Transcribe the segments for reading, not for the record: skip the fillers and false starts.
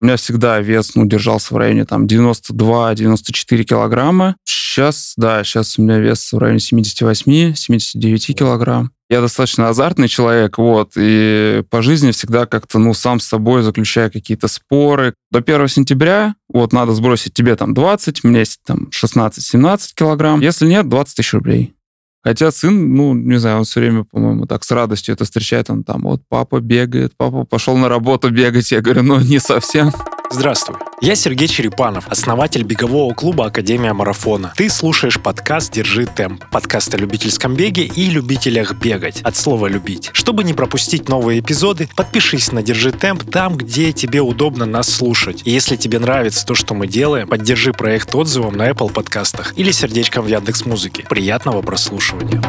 У меня всегда вес, держался в районе 92-94 килограмма. Сейчас у меня вес в районе 78-79 килограмм. Я достаточно азартный человек, и по жизни всегда как-то, сам с собой заключаю какие-то споры. До 1 сентября, надо сбросить тебе 20, мне 16-17 килограмм. Если нет, 20 тысяч рублей. Хотя сын, не знаю, он все время, по-моему, так с радостью это встречает. Он папа бегает, папа пошел на работу бегать. Я говорю, не совсем. Здравствуй, я Сергей Черепанов, основатель бегового клуба «Академия марафона». Ты слушаешь подкаст «Держи темп», подкаст о любительском беге и любителях бегать, от слова «любить». Чтобы не пропустить новые эпизоды, подпишись на «Держи темп» там, где тебе удобно нас слушать. И если тебе нравится то, что мы делаем, поддержи проект отзывом на Apple подкастах или сердечком в Яндекс.Музыке. Приятного прослушивания.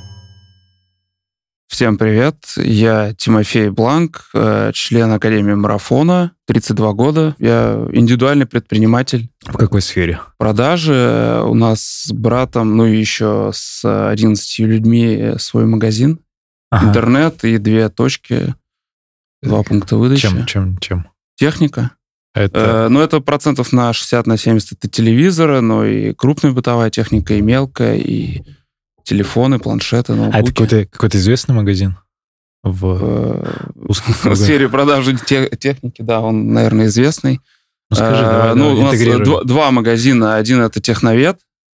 Всем привет, я Тимофей Бланк, член Академии марафона, 32 года. Я индивидуальный предприниматель. В какой сфере? Продажи. У нас с братом, и еще с 11 людьми свой магазин. Ага. Интернет и 2 точки, 2 пункта выдачи. Чем? Техника. Это... это процентов на 60-70 это телевизоры, но и крупная бытовая техника, и мелкая, и... телефоны, планшеты, ноутбуки. А это какой-то известный магазин? В сфере продажи техники, да, он, наверное, известный. Скажи, давай, у нас 2 магазина. Один это Техновед,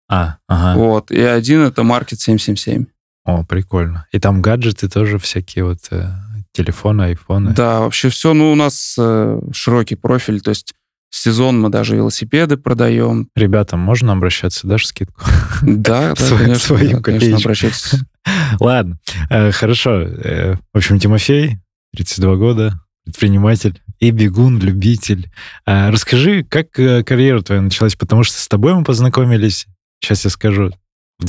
и один это Маркет 777. О, прикольно. И там гаджеты тоже всякие, телефоны, айфоны. Да, вообще все. У нас широкий профиль, то есть в сезон мы даже велосипеды продаем. Ребятам можно обращаться, дашь скидку? Да, конечно, обращайтесь. Ладно, хорошо. В общем, Тимофей, 32 года, предприниматель и бегун, любитель. Расскажи, как карьера твоя началась, потому что с тобой мы познакомились, сейчас я скажу, в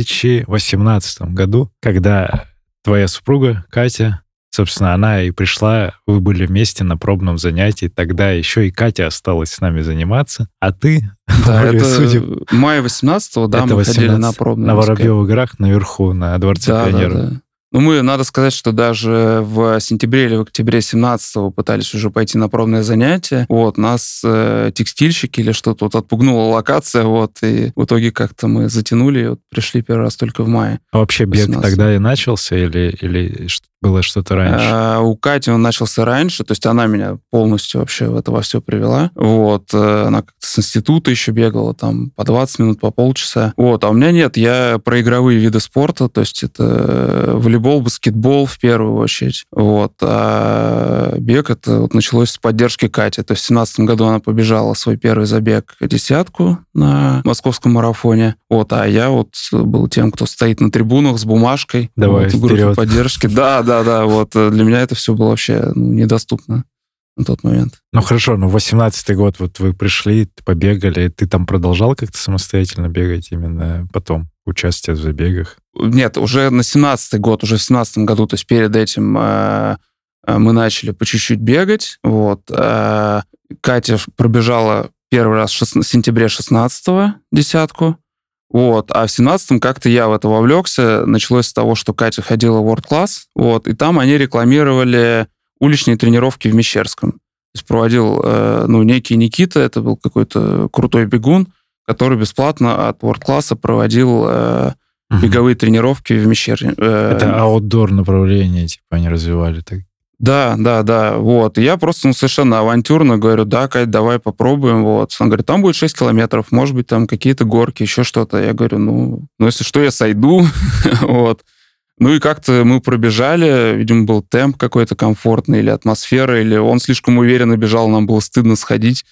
2018 году, когда твоя супруга Катя, собственно, она и пришла, вы были вместе на пробном занятии, тогда еще и Катя осталась с нами заниматься, а ты... Да, это мая 18-го, да, мы ходили на пробное. На Воробьевых горах, наверху, на Дворце пионеров. Да. Надо сказать, что даже в сентябре или в октябре 17-го пытались уже пойти на пробное занятие. Нас текстильщики или что-то отпугнула локация, и в итоге как-то мы затянули, пришли первый раз только в мае. А вообще бег тогда и начался или было что-то раньше? У Кати он начался раньше, то есть она меня полностью вообще в это во все привела. Она как-то с института еще бегала, по 20 минут, по полчаса. А у меня нет, я про игровые виды спорта, то есть это волейбол, баскетбол в первую очередь. А бег это началось с поддержки Кати. То есть в 2017 году она побежала свой первый забег 10-ку на московском марафоне. А я был тем, кто стоит на трибунах с бумажкой. Давай, в группе поддержки. Да. Для меня это все было вообще недоступно на тот момент. Хорошо, 18-й год вы пришли, побегали, ты там продолжал как-то самостоятельно бегать именно потом? Участие в забегах? Нет, уже на 17-й год, уже в 17-м году, то есть перед этим мы начали по чуть-чуть бегать. Катя пробежала первый раз в сентябре 16-го 10-ку. А в 17-м как-то я в это вовлекся. Началось с того, что Катя ходила в World Class, и там они рекламировали уличные тренировки в Мещерском. То есть проводил некий Никита, это был какой-то крутой бегун, который бесплатно от World Class проводил беговые тренировки в Мещере. Это аутдор направление, они развивали так. Да. И я просто совершенно авантюрно говорю, да, Кать, давай попробуем. Он говорит, там будет 6 километров, может быть, там какие-то горки, еще что-то. Я говорю, если что, я сойду. И как-то мы пробежали, видимо, был темп какой-то комфортный, или атмосфера, или он слишком уверенно бежал, нам было стыдно сходить.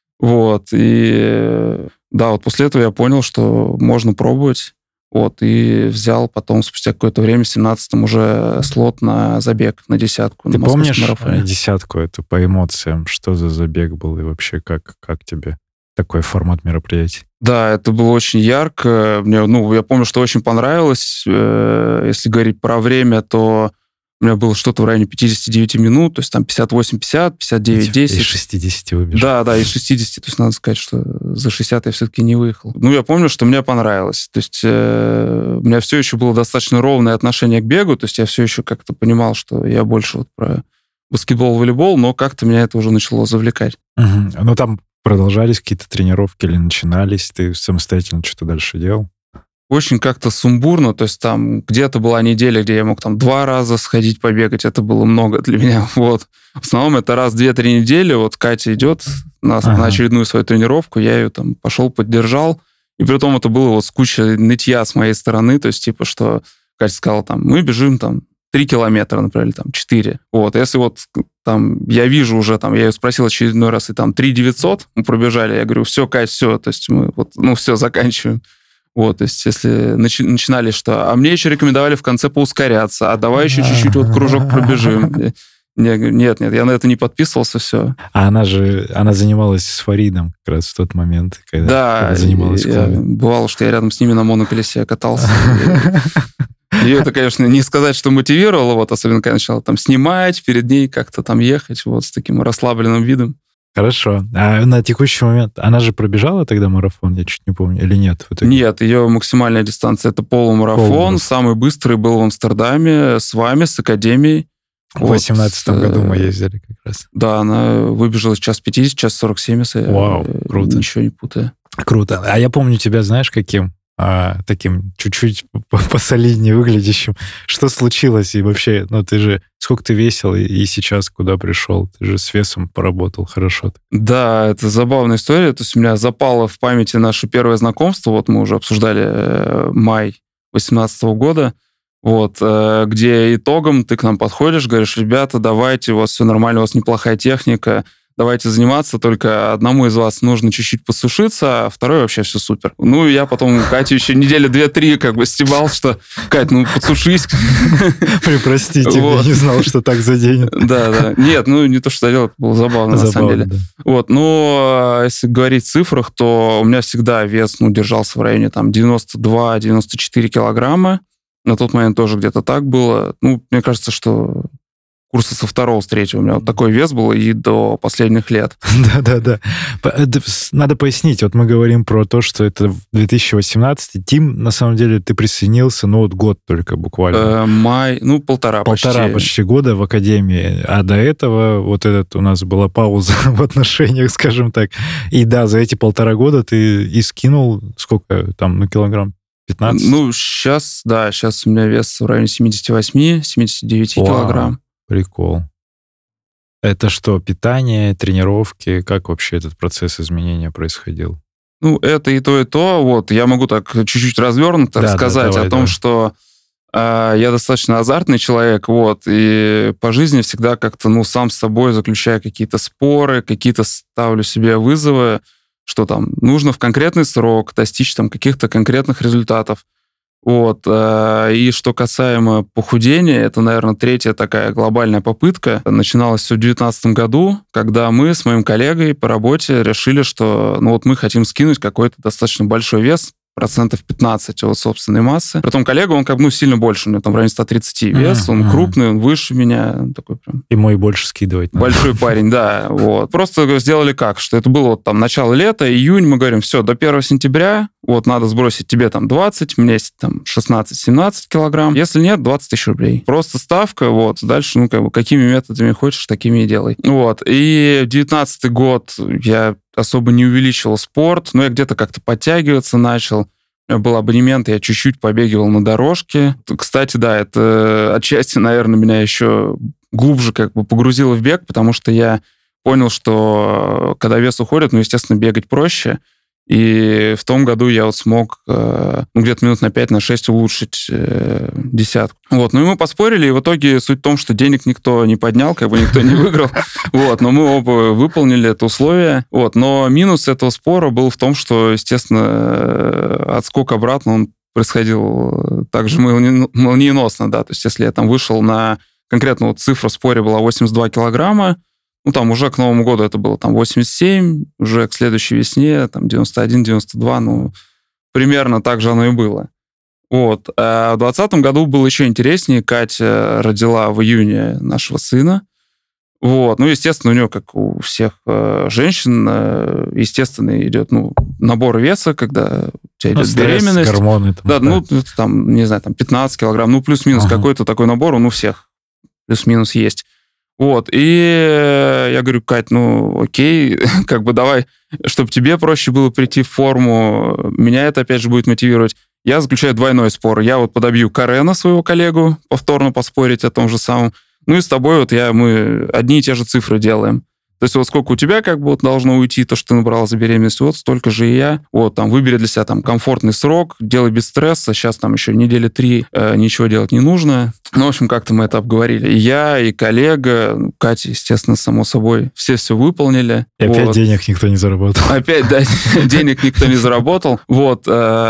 И да, после этого я понял, что можно пробовать. И взял потом, спустя какое-то время, в 17-м уже слот на забег, на 10-ку. Ты помнишь 10-ку, это по эмоциям? Что за забег был и вообще как тебе такой формат мероприятий? Да, это было очень ярко. Мне, я помню, что очень понравилось. Если говорить про время, то у меня было что-то в районе 59 минут, то есть там 58-50, 59-10. Из 60 выбежал. Да, из 60. То есть надо сказать, что за 60 я все-таки не выехал. Я помню, что мне понравилось. То есть у меня все еще было достаточно ровное отношение к бегу, то есть я все еще как-то понимал, что я больше про баскетбол, волейбол, но как-то меня это уже начало завлекать. Ну, там продолжались какие-то тренировки или начинались? Ты самостоятельно что-то дальше делал? Очень как-то сумбурно, то есть там где-то была неделя, где я мог там 2 раза сходить побегать, это было много для меня, вот. В основном это раз в 2-3 недели, вот Катя идет на очередную свою тренировку, я ее там пошел, поддержал, и при том это было вот с кучей нытья с моей стороны, то есть типа, что Катя сказала там, мы бежим там 3 километра, например, или там 4. Вот, если вот там я вижу уже, там, я ее спросил очередной раз, и там 3 900 мы пробежали, я говорю, все, Кать, все, то есть мы вот, ну, все, заканчиваем. Вот, то есть если начинали, что... А мне еще рекомендовали в конце поускоряться, а давай еще чуть-чуть вот кружок пробежим. Нет, я на это не подписывался, все. А она занималась с Фаридом как раз в тот момент, когда занималась в клубе. Бывало, что я рядом с ними на моноколесе катался. Ее это, конечно, не сказать, что мотивировало, вот, особенно когда я начал там снимать, перед ней как-то там ехать, вот, с таким расслабленным видом. Хорошо. А на текущий момент она же пробежала тогда марафон, я чуть не помню, или нет? Нет, ее максимальная дистанция — это полумарафон. Самый быстрый был в Амстердаме с вами, с Академией. В 2018 году мы ездили как раз. Да, она выбежала час 50, час 47, если Вау, круто. Ничего не путаю. Круто. А я помню тебя, знаешь, каким? Таким чуть-чуть посолиднее выглядящим. Что случилось? И вообще, ну ты же, сколько ты весил и сейчас куда пришел? Ты же с весом поработал хорошо. Да, это забавная история. То есть у меня запало в памяти наше первое знакомство. Вот мы уже обсуждали май 2018 года. Вот, где итогом ты к нам подходишь, говоришь, ребята, давайте, у вас все нормально, у вас неплохая техника, давайте заниматься, только одному из вас нужно чуть-чуть подсушиться, а второй вообще все супер. Ну, и я потом Катю еще недели 2-3 как бы стебал, что, Кать, ну, подсушись. Простите, я не знал, что так заденет. Да. Нет, ну, не то, что задел, это было забавно, на самом деле. Вот, но если говорить в цифрах, то у меня всегда вес, держался в районе там 92-94 килограмма. На тот момент тоже где-то так было. Ну, мне кажется, что курса со 2-го, с 3-го у меня вот такой вес был и до последних лет. Да. Надо пояснить. Вот мы говорим про то, что это 2018. Тим, на самом деле, ты присоединился, вот год только буквально. Май, полтора почти. Полтора почти года в Академии. А до этого вот у нас была пауза в отношениях, скажем так. И да, за эти 1,5 года ты и скинул сколько там, килограмм? 15? Сейчас у меня вес в районе 78-79 килограмм. Прикол. Это что, питание, тренировки? Как вообще этот процесс изменения происходил? Это и то, и то. Вот, я могу так чуть-чуть развернуто рассказать о том, что я достаточно азартный человек, вот, и по жизни всегда как-то, сам с собой заключаю какие-то споры, какие-то ставлю себе вызовы, что там нужно в конкретный срок достичь там каких-то конкретных результатов. Вот. И что касаемо похудения, это, наверное, 3-я такая глобальная попытка. Начиналось все в 2019 году, когда мы с моим коллегой по работе решили, что мы хотим скинуть какой-то достаточно большой вес, 15% от собственной массы. Притом коллега, он сильно больше, у него там в районе 130 вес, он крупный, он выше меня. Он такой прям... Ему и больше скидывать надо. Большой парень, да. Вот. Просто сделали как, что это было начало лета, июнь, мы говорим, все, до 1 сентября надо сбросить тебе 20, мне 16-17 килограмм. Если нет, 20 тысяч рублей. Просто ставка, дальше, какими методами хочешь, такими и делай. Вот. И 19 год я особо не увеличивал спорт, но я где-то как-то подтягиваться начал. У меня был абонемент, я чуть-чуть побегивал на дорожке. Кстати, да, это отчасти, наверное, меня еще глубже погрузило в бег, потому что я понял, что когда вес уходит, естественно, бегать проще. И в том году я смог где-то минут на 5-6 улучшить десятку. И мы поспорили, и в итоге суть в том, что денег никто не поднял, никто не выиграл. Но мы оба выполнили это условие. Но минус этого спора был в том, что, естественно, отскок обратно, он происходил также молниеносно, да. То есть если я там вышел на... Конкретно цифра в споре была 82 килограмма, уже к Новому году это было 87, уже к следующей весне 91-92, примерно так же оно и было. Вот. А в 2020 году было еще интереснее. Катя родила в июне нашего сына. Вот. Естественно, у нее, как у всех женщин, естественно, идет набор веса, когда у тебя идет беременность. Гормоны. Да, не знаю, 15 килограмм, плюс-минус какой-то такой набор, он у всех плюс-минус есть. Вот, и я говорю, Кать, ну, окей, как бы давай, чтобы тебе проще было прийти в форму, меня это, опять же, будет мотивировать. Я заключаю двойной спор. Я вот подобью Карена, своего коллегу, повторно поспорить о том же самом. Ну и с тобой вот мы одни и те же цифры делаем. То есть вот сколько у тебя как бы вот должно уйти, то, что ты набрала за беременность, вот столько же и я. Вот, там, выбери для себя там комфортный срок, делай без стресса. Сейчас там еще недели 3 ничего делать не нужно. Ну, в общем, как-то мы это обговорили. И я, и коллега, Катя, естественно, само собой, все выполнили. И опять денег никто не заработал. Опять, да, денег никто не заработал. Вот,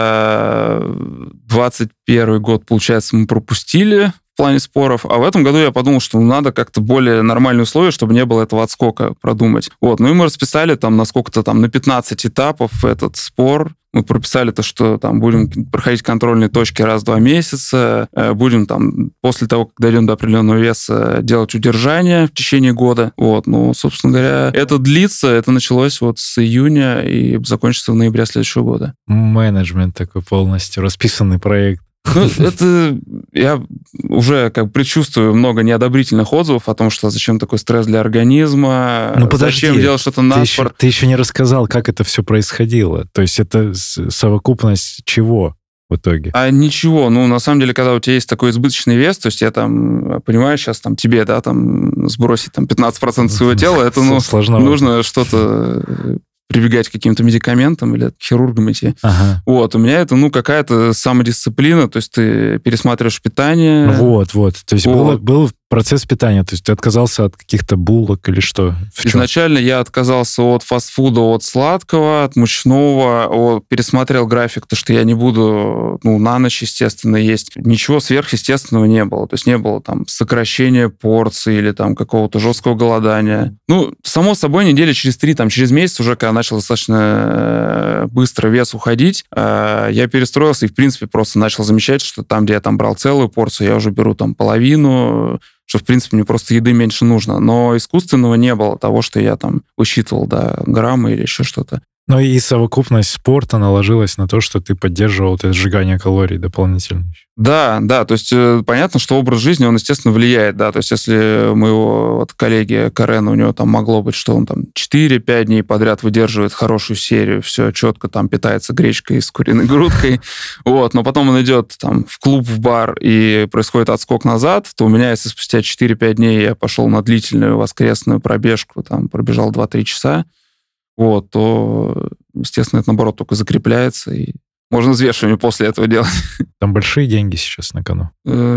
21 год, получается, мы пропустили в плане споров, а в этом году я подумал, что надо как-то более нормальные условия, чтобы не было этого отскока, продумать. Вот, ну и мы расписали там на сколько-то там, на 15 этапов этот спор. Мы прописали то, что там будем проходить контрольные точки раз в 2 месяца, будем там после того, как дойдем до определенного веса, делать удержание в течение года. Вот, ну, собственно говоря, это длится, это началось вот с июня и закончится в ноябре следующего года. Менеджмент такой полностью, расписанный проект. Ну, это я уже как бы предчувствую много неодобрительных отзывов о том, что зачем такой стресс для организма, ну, подожди, зачем делать что-то наспор. Ты еще не рассказал, как это все происходило. То есть это совокупность чего в итоге? А ничего. Ну, на самом деле, когда у тебя есть такой избыточный вес, то есть я там, понимаю, сейчас там тебе, да, там сбросить там 15% своего тела, это, ну, нужно что-то прибегать к каким-то медикаментам или к хирургам идти. Ага. Вот, у меня это, ну, какая-то самодисциплина, то есть ты пересматриваешь питание. Вот. То есть был процесс питания, то есть ты отказался от каких-то булок или что? Изначально я отказался от фастфуда, от сладкого, от мучного, пересмотрел график, то что я не буду, ну, на ночь, естественно, есть. Ничего сверхъестественного не было, то есть не было там сокращения порций или там какого-то жесткого голодания. Ну, само собой, недели через 3, там, через месяц уже, когда начал достаточно быстро вес уходить, я перестроился и, в принципе, просто начал замечать, что там, где я там брал целую порцию, я уже беру там половину, что, в принципе, мне просто еды меньше нужно. Но искусственного не было того, что я там высчитывал, да, граммы или еще что-то. Ну и совокупность спорта наложилась на то, что ты поддерживал это сжигание калорий дополнительно. Да, то есть понятно, что образ жизни, он, естественно, влияет, да, то есть если у моего вот коллеги Карена, у него там могло быть, что он там 4-5 дней подряд выдерживает хорошую серию, все четко там питается гречкой с куриной грудкой, вот, но потом он идет там в клуб, в бар, и происходит отскок назад, то у меня, если спустя 4-5 дней я пошел на длительную воскресную пробежку, там, пробежал 2-3 часа, вот, то, естественно, это, наоборот, только закрепляется, и можно взвешивание после этого делать. Там большие деньги сейчас на кону.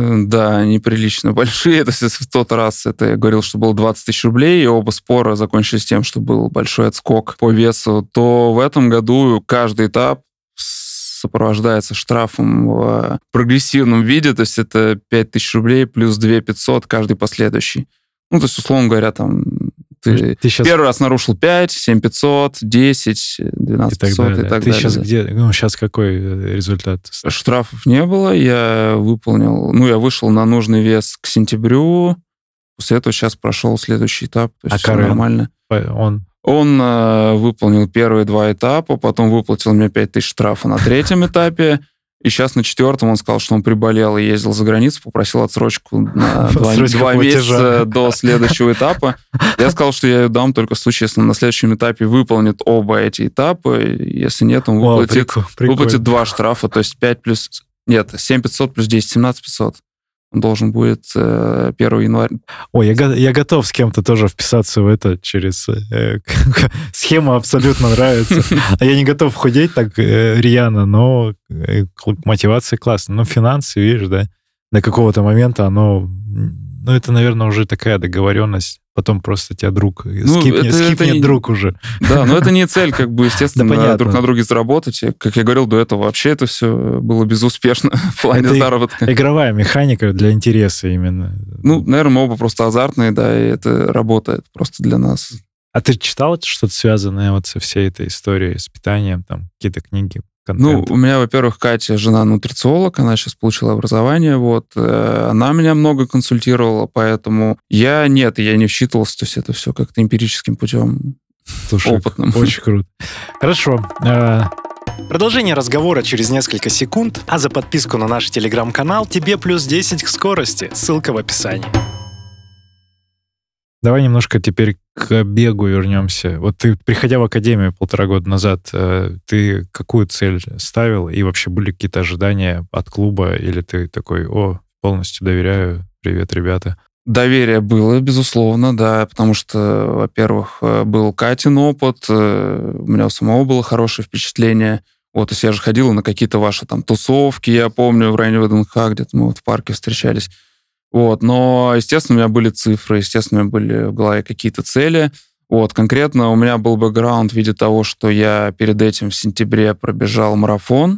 Да, неприлично большие. То есть в тот раз это я говорил, что было 20 тысяч рублей, и оба спора закончились тем, что был большой отскок по весу, то в этом году каждый этап сопровождается штрафом в прогрессивном виде, то есть это 5 тысяч рублей плюс 2 500 каждый последующий. Ну, то есть, условно говоря, там ты сейчас первый раз нарушил 5, 7 500, 10, 12 500 и так далее. Ты сейчас где? Ну, сейчас какой результат? Штрафов не было, я выполнил, я вышел на нужный вес к сентябрю, после этого сейчас прошел следующий этап, то есть все нормально. Он выполнил первые 2 этапа, потом выплатил мне 5 тысяч штрафа на 3-м этапе, и сейчас на 4-м он сказал, что он приболел и ездил за границу, попросил отсрочку на 2 месяца до следующего этапа. Я сказал, что я ее дам только в случае, если он на следующем этапе выполнит оба эти этапа. Если нет, он выплатит 2 штрафа, то есть 7 500 плюс 10, 17 500. Он должен будет 1 января. Ой, я готов с кем-то тоже вписаться в это через... Схема абсолютно нравится. А я не готов худеть так рьяно, но мотивация классная. Но финансы, видишь, да, до какого-то момента оно... Ну, это, наверное, уже такая договоренность. Потом просто тебя друг скипнет друг уже. Да, но это не цель, как бы, естественно, друг на друге заработать. Как я говорил до этого, вообще это все было безуспешно в плане заработка. Игровая механика для интереса именно. Ну, наверное, мы оба просто азартные, да, и это работает просто для нас. А ты читал что-то связанное вот со всей этой историей с питанием, там, какие-то книги? Контент. Ну, у меня, во-первых, Катя, жена нутрициолог, она сейчас получила образование, вот, она меня много консультировала, поэтому я не вчитывался, то есть это все как-то эмпирическим путем, опытным. Очень круто. Хорошо. Продолжение разговора через несколько секунд, а за подписку на наш телеграм-канал тебе плюс 10 к скорости. Ссылка в описании. Давай немножко теперь к бегу вернемся. Вот ты, приходя в академию 1,5 года назад, ты какую цель ставил? И вообще были какие-то ожидания от клуба? Или ты такой, полностью доверяю, привет, ребята? Доверие было, безусловно, да, потому что, во-первых, был Катин опыт, у меня у самого было хорошее впечатление. Вот, то есть я же ходил на какие-то ваши там тусовки, я помню, в районе ВДНХ, где-то мы вот в парке встречались. Вот, но, естественно, у меня были цифры, естественно, у меня были в голове какие-то цели. Вот, конкретно у меня был бэкграунд в виде того, что я перед этим в сентябре пробежал марафон,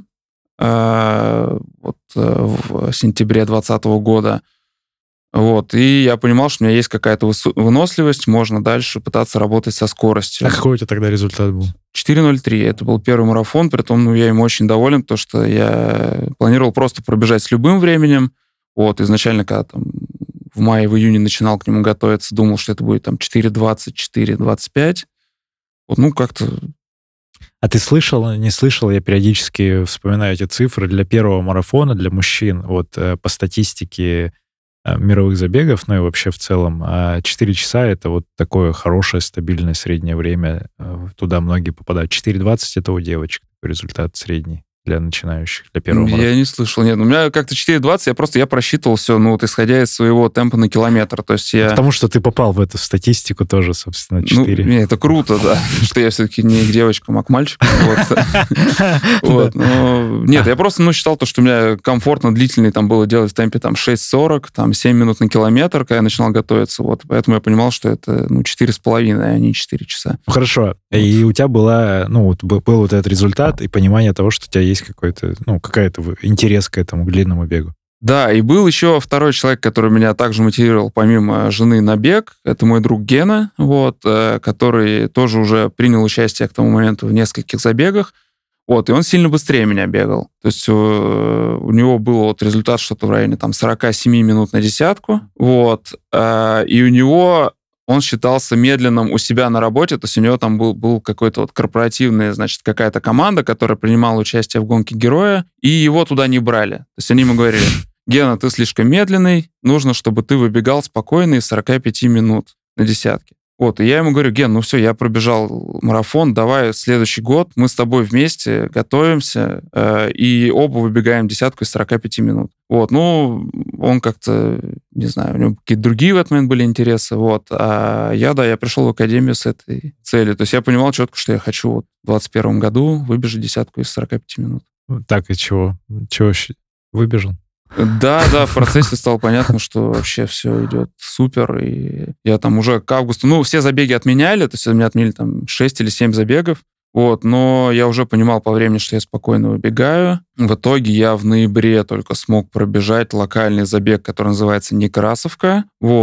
в сентябре 2020 года. Вот, и я понимал, что у меня есть какая-то выносливость, можно дальше пытаться работать со скоростью. А какой у тебя тогда результат был? 4:03. Это был первый марафон, при том, я им очень доволен, потому что я планировал просто пробежать с любым временем. Вот, изначально, когда там в мае, в июне начинал к нему готовиться, думал, что это будет там 4:20, 4:25. Вот, как-то... А ты слышал, не слышал? Я периодически вспоминаю эти цифры для первого марафона, для мужчин. Вот по статистике мировых забегов, ну и вообще в целом, 4 часа — это вот такое хорошее, стабильное среднее время. Туда многие попадают. 4:20 — это у девочек результат средний для начинающих, для первого марафона. Я не слышал, нет. У меня как-то 4:20, я просчитывал все, исходя из своего темпа на километр. То есть я... Потому что ты попал в эту статистику тоже, собственно, 4. Не, это круто, да, что я все-таки не к девочкам, а к мальчикам. Нет, я просто считал то, что у меня комфортно длительный там было делать в темпе 6:40, 7 минут на километр, когда я начинал готовиться. Вот, поэтому я понимал, что это 4,5, а не 4 часа. Хорошо. И у тебя был вот этот результат и понимание того, что у тебя есть какая-то интерес к этому длинному бегу. Да, и был еще второй человек, который меня также мотивировал, помимо жены, на бег. Это мой друг Гена, который тоже уже принял участие к тому моменту в нескольких забегах. Вот, и он сильно быстрее меня бегал. То есть у него был результат что-то в районе 47 минут на десятку. Вот, и у него... Он считался медленным у себя на работе, то есть у него там был какой-то корпоративный, какая-то команда, которая принимала участие в гонке героя, и его туда не брали. То есть они ему говорили: Гена, ты слишком медленный, нужно, чтобы ты выбегал спокойно из 45 минут на десятке. Вот, и я ему говорю: Ген, все, я пробежал марафон, давай следующий год мы с тобой вместе готовимся и оба выбегаем десятку из 45 минут. Вот, он как-то, не знаю, у него какие-то другие в этот момент были интересы, а я пришел в академию с этой целью. То есть я понимал четко, что я хочу в 2021 году выбежать десятку из 45 минут. Так, и чего? Чего выбежал? Да, в процессе стало понятно, что вообще все идет супер, и я уже к августу... все забеги отменяли, то есть у меня отменили 6 или 7 забегов, но я уже понимал по времени, что я спокойно выбегаю. В итоге я в ноябре только смог пробежать локальный забег, который называется Некрасовка,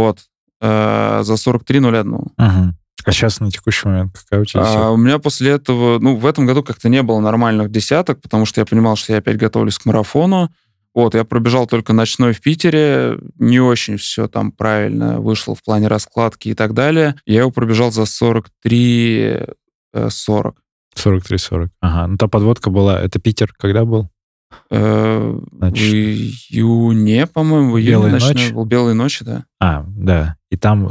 за 43:01. Угу. А сейчас на текущий момент какая у тебя? У меня после этого... в этом году как-то не было нормальных десяток, потому что я понимал, что я опять готовлюсь к марафону. Я пробежал только ночной в Питере, не очень все там правильно вышло в плане раскладки и так далее. Я его пробежал за 43:40. 43:40. Ага. Та подводка была... Это Питер когда был? В июне, по-моему, в июне ночной был. Белые ночи, да. Да. И там...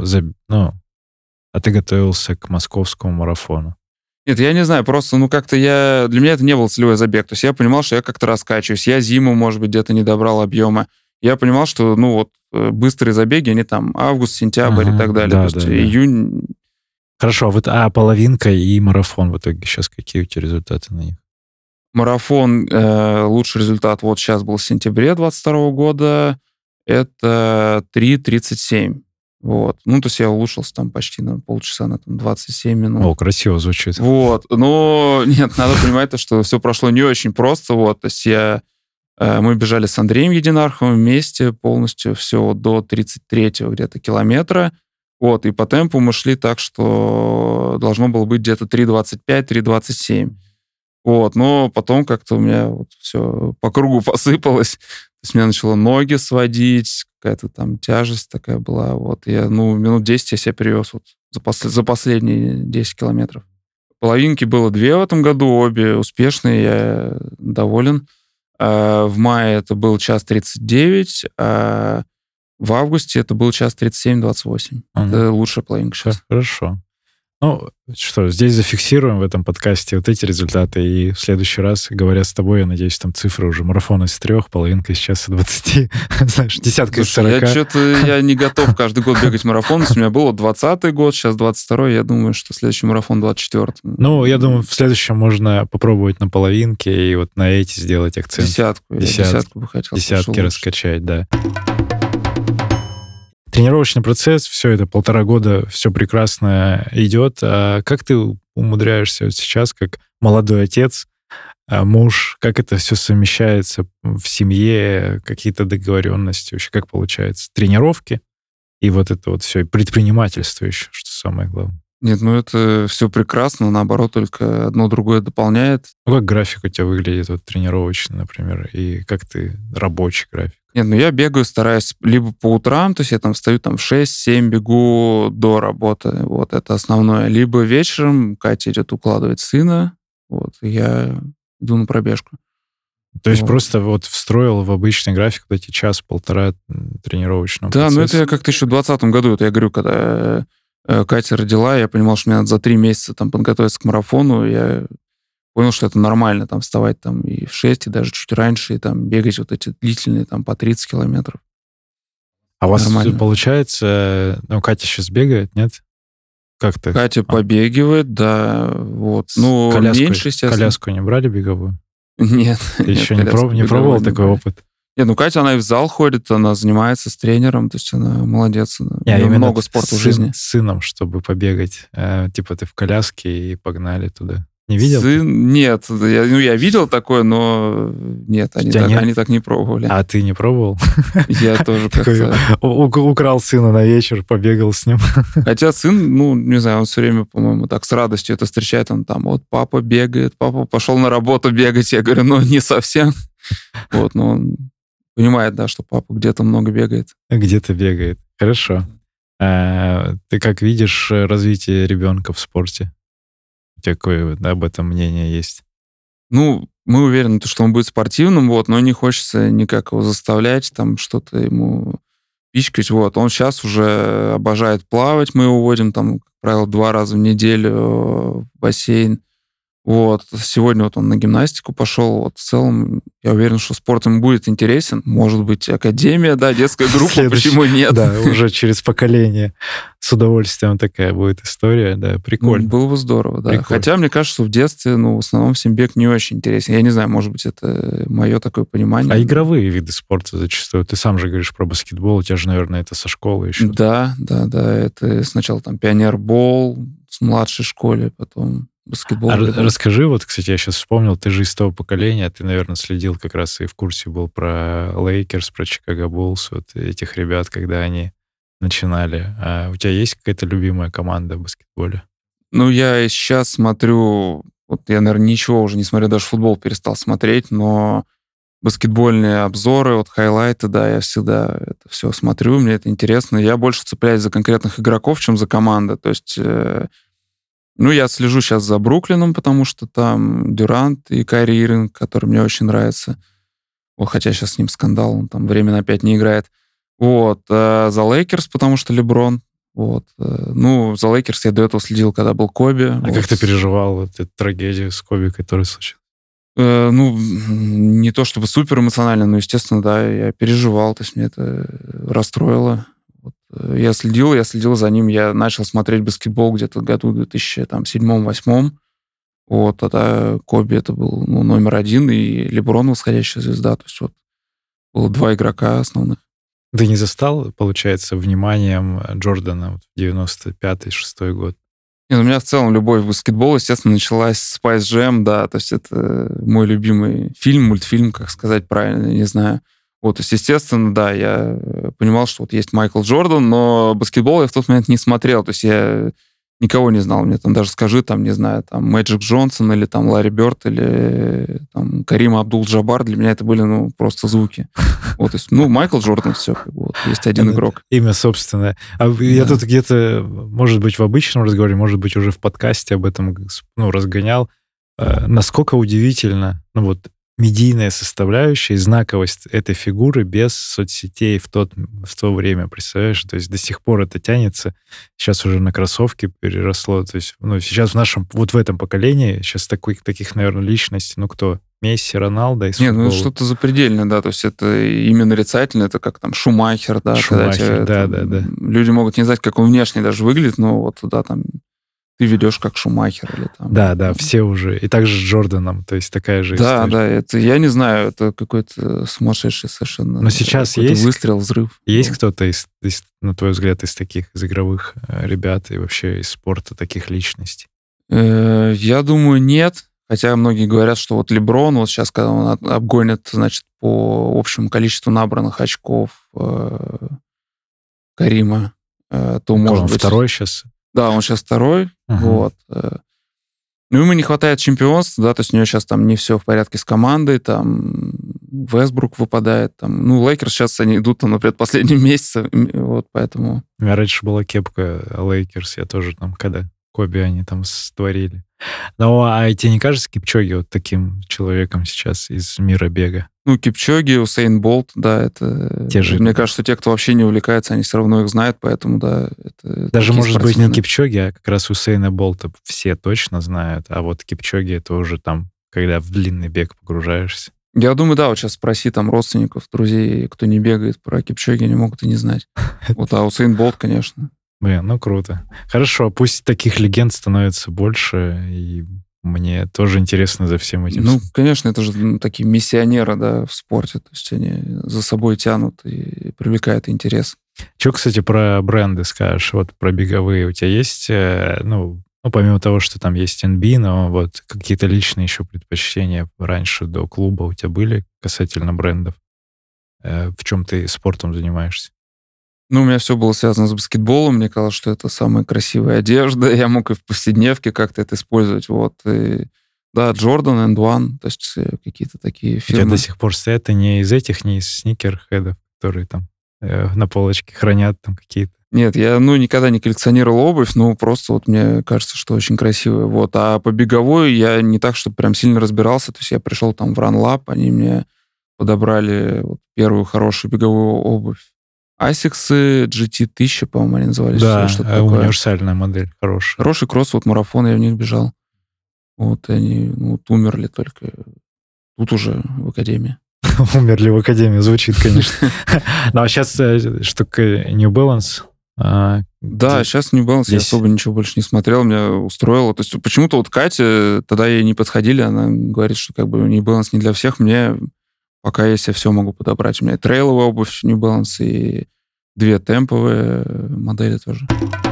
А ты готовился к московскому марафону. Нет, я не знаю, просто, для меня это не был целевой забег. То есть я понимал, что я как-то раскачиваюсь. Я зиму, может быть, где-то не добрал объема. Я понимал, что, быстрые забеги, они август, сентябрь и так далее. Да, то есть июнь... Хорошо, половинка и марафон в итоге сейчас какие у тебя результаты на них? Марафон, лучший результат сейчас был в сентябре 2022 года. Это 3:37. То есть я улучшился почти на полчаса, на 27 минут. О, красиво звучит. Нет, надо понимать, что все прошло не очень просто. То есть мы бежали с Андреем Единарховым вместе полностью все до 33-го где-то километра. И по темпу мы шли так, что должно было быть где-то 3:25, 3:27. Но потом как-то у меня все по кругу посыпалось. То есть меня начало ноги сводить, какая-то тяжесть такая была. Я, минут 10 я себя привез за последние 10 километров. Половинки было 2 в этом году, обе успешные, я доволен. В мае это был 1:39, В августе это был час 37-28. Это лучшая половинка сейчас. Хорошо. Ну, что, здесь зафиксируем в этом подкасте вот эти результаты, и в следующий раз, говоря с тобой, я надеюсь, там цифры уже марафон из 3, половинка из часа 20, знаешь, десятка из 40. Я не готов каждый год бегать марафон. У меня было 20-й год, сейчас 22-й. Я думаю, что следующий марафон 24-й. Ну, я думаю, в следующем можно попробовать на половинке и вот на эти сделать акцент. Десятку бы хотел. Десятки раскачать, да. Тренировочный процесс, все это 1,5 года, все прекрасно идет. А как ты умудряешься вот сейчас, как молодой отец, муж, как это все совмещается в семье, какие-то договоренности, вообще как получается? Тренировки и вот это вот все, и предпринимательство еще, что самое главное. Нет, это все прекрасно, наоборот, только одно другое дополняет. Ну, как график у тебя выглядит, вот тренировочный, например, и как ты рабочий график? Нет, я бегаю, стараюсь либо по утрам, то есть я там встаю в 6-7, бегу до работы, вот, это основное. Либо вечером Катя идет укладывать сына, вот, и я иду на пробежку. То есть просто вот встроил в обычный график вот эти час-полтора тренировочного процесса? Да, это я как-то еще в 2020 году, это я говорю, когда Катя родила, я понимал, что мне надо за 3 месяца там подготовиться к марафону, я понял, что это нормально, там, вставать там и в 6, и даже чуть раньше, и там бегать вот эти длительные, там, по 30 километров. А у вас получается... Катя сейчас бегает, нет? Как-то? Катя побегивает, да, вот. Меньше, естественно. Коляску не брали беговую? Нет. Ты еще не пробовал такой опыт? Нет, Катя, она и в зал ходит, она занимается с тренером, то есть она молодец. Много спорта в жизни. С сыном, чтобы побегать. Типа ты в коляске и погнали туда. Не видел? Нет, я видел такое, но нет, они так не пробовали. А ты не пробовал? Я тоже как-то... Украл сына на вечер, побегал с ним. Хотя сын, не знаю, он все время, по-моему, так с радостью это встречает. Он там, вот папа бегает, папа пошел на работу бегать. Я говорю, не совсем. Вот, но он понимает, да, что папа где-то много бегает. Где-то бегает. Хорошо. Ты как видишь развитие ребенка в спорте? Какое об этом мнение есть? Мы уверены, что он будет спортивным, но не хочется никак его заставлять, там что-то ему пичкать. Он сейчас уже обожает плавать, мы его водим, там, как правило, 2 раза в неделю в бассейн. Сегодня он на гимнастику пошел. В целом, я уверен, что спорт ему будет интересен. Может быть, академия, да, детская группа, почему нет? Да, уже через поколение. С удовольствием такая будет история, да, прикольно. Было бы здорово, да. Прикольно. Хотя, мне кажется, что в детстве, в основном всем бег не очень интересен. Я не знаю, может быть, это мое такое понимание. А игровые виды спорта зачастую? Ты сам же говоришь про баскетбол, у тебя же, наверное, это со школы еще. Да. Это сначала там пионербол с младшей школы, потом баскетбол. Расскажи, кстати, я сейчас вспомнил, ты же из того поколения, ты, наверное, следил как раз и в курсе был про Лейкерс, про Чикаго Буллс, этих ребят, когда они начинали. А у тебя есть какая-то любимая команда в баскетболе? Я сейчас смотрю, я, наверное, ничего уже не смотрю, даже футбол перестал смотреть, но баскетбольные обзоры, хайлайты, да, я всегда это все смотрю, мне это интересно. Я больше цепляюсь за конкретных игроков, чем за команды. То есть, я слежу сейчас за Бруклином, потому что там Дюрант и Кайри Ирвинг, который мне очень нравится. Хотя сейчас с ним скандал, он там временно опять не играет. За Лейкерс, потому что Леброн. За Лейкерс я до этого следил, когда был Коби. А как ты переживал эту трагедию с Коби, которая случилась? Не то чтобы супер эмоционально, но, естественно, да, я переживал, то есть мне это расстроило. Я следил за ним, я начал смотреть баскетбол где-то в году 2007-2008. Тогда Коби это был номер 1, и Леброн восходящая звезда. То есть было 2 игрока основных. Ты не застал, получается, вниманием Джордана в 95-6 год? У меня в целом любовь к баскетболу, естественно, началась с Space Jam, да, то есть это мой любимый мультфильм, как сказать правильно, не знаю. То есть, естественно, да, я понимал, что есть Майкл Джордан, но баскетбол я в тот момент не смотрел, то есть я никого не знал. Мне даже скажи, не знаю, Мэджик Джонсон или Ларри Бёрд или Карим Абдул-Джаббар, для меня это были, просто звуки. То есть, Майкл Джордан, все, есть один игрок. Имя собственное. Я тут где-то, может быть, в обычном разговоре, может быть, уже в подкасте об этом разгонял. Насколько удивительно, медийная составляющая и знаковость этой фигуры без соцсетей в то время, представляешь? То есть до сих пор это тянется. Сейчас уже на кроссовки переросло. То есть, сейчас в нашем, вот в этом поколении, сейчас таких, наверное, личностей, кто? Месси, Роналдо из Нет, футбола. что-то запредельное, да, то есть это именно нарицательно, это как там Шумахер, да. Шумахер, да. Люди могут не знать, как он внешне даже выглядит, но вот, да, там ты ведешь как Шумахер или там... Да, все уже. И также с Джорданом, то есть такая же история. Да, это, я не знаю, это какой-то сумасшедший совершенно... Но сейчас есть... выстрел, взрыв. Есть кто-то, на твой взгляд, из таких, из игровых ребят и вообще из спорта таких личностей? Я думаю, нет. Хотя многие говорят, что вот Леброн, вот сейчас, когда он обгонит, значит, по общему количеству набранных очков Карима, то может быть... Второй сейчас? Да, он сейчас второй. Вот. Ну, ему не хватает чемпионства, да, то есть у него сейчас там не все в порядке с командой, там Вестбрук выпадает, там, Лейкерс сейчас они идут там на предпоследнем месяце, вот, поэтому... У меня раньше была кепка Лейкерс, я тоже там, когда Коби они там створили. А тебе не кажется Кипчоги вот таким человеком сейчас из мира бега? Кипчоги, Усейн Болт, да, это... Те же. Мне кажется, те, кто вообще не увлекается, они все равно их знают, поэтому, да, это... Даже, может быть, не Кипчоги, а как раз Усейна Болта все точно знают, а вот Кипчоги это уже там, когда в длинный бег погружаешься. Я думаю, да, вот сейчас спроси там родственников, друзей, кто не бегает про Кипчоги, они могут и не знать. Вот, а Усейн Болт, конечно. Блин, круто. Хорошо, пусть таких легенд становится больше, и мне тоже интересно за всем этим. Конечно, это же такие миссионеры, да, в спорте. То есть они за собой тянут и привлекают интерес. Что, кстати, про бренды скажешь? Вот про беговые. У тебя есть, помимо того, что там есть NB, но вот какие-то личные еще предпочтения раньше до клуба у тебя были касательно брендов? В чем ты спортом занимаешься? У меня все было связано с баскетболом. Мне казалось, что это самая красивая одежда. Я мог и в повседневке как-то это использовать. Вот. И, да, Jordan and One, то есть какие-то такие фирмы. У тебя до сих пор стоят не из сникерхедов, которые там на полочке хранят там какие-то? Нет, я, никогда не коллекционировал обувь, просто вот мне кажется, что очень красивая. Вот. А по беговой я не так, чтобы прям сильно разбирался. То есть я пришел там в Run Lab, они мне подобрали первую хорошую беговую обувь. Асиксы GT1000, по-моему, они назывались. Да, универсальная модель, хорошая. Хороший кросс, марафон, я в них бежал. Вот, они умерли только тут уже в академии. Умерли в академии, звучит, конечно. А сейчас штука New Balance. Да, сейчас New Balance я особо ничего больше не смотрел, меня устроило. То есть почему-то вот Катя, тогда ей не подходили, она говорит, что New Balance не для всех, мне... Пока я себе все могу подобрать. У меня и трейловая обувь New Balance, и 2 темповые модели тоже.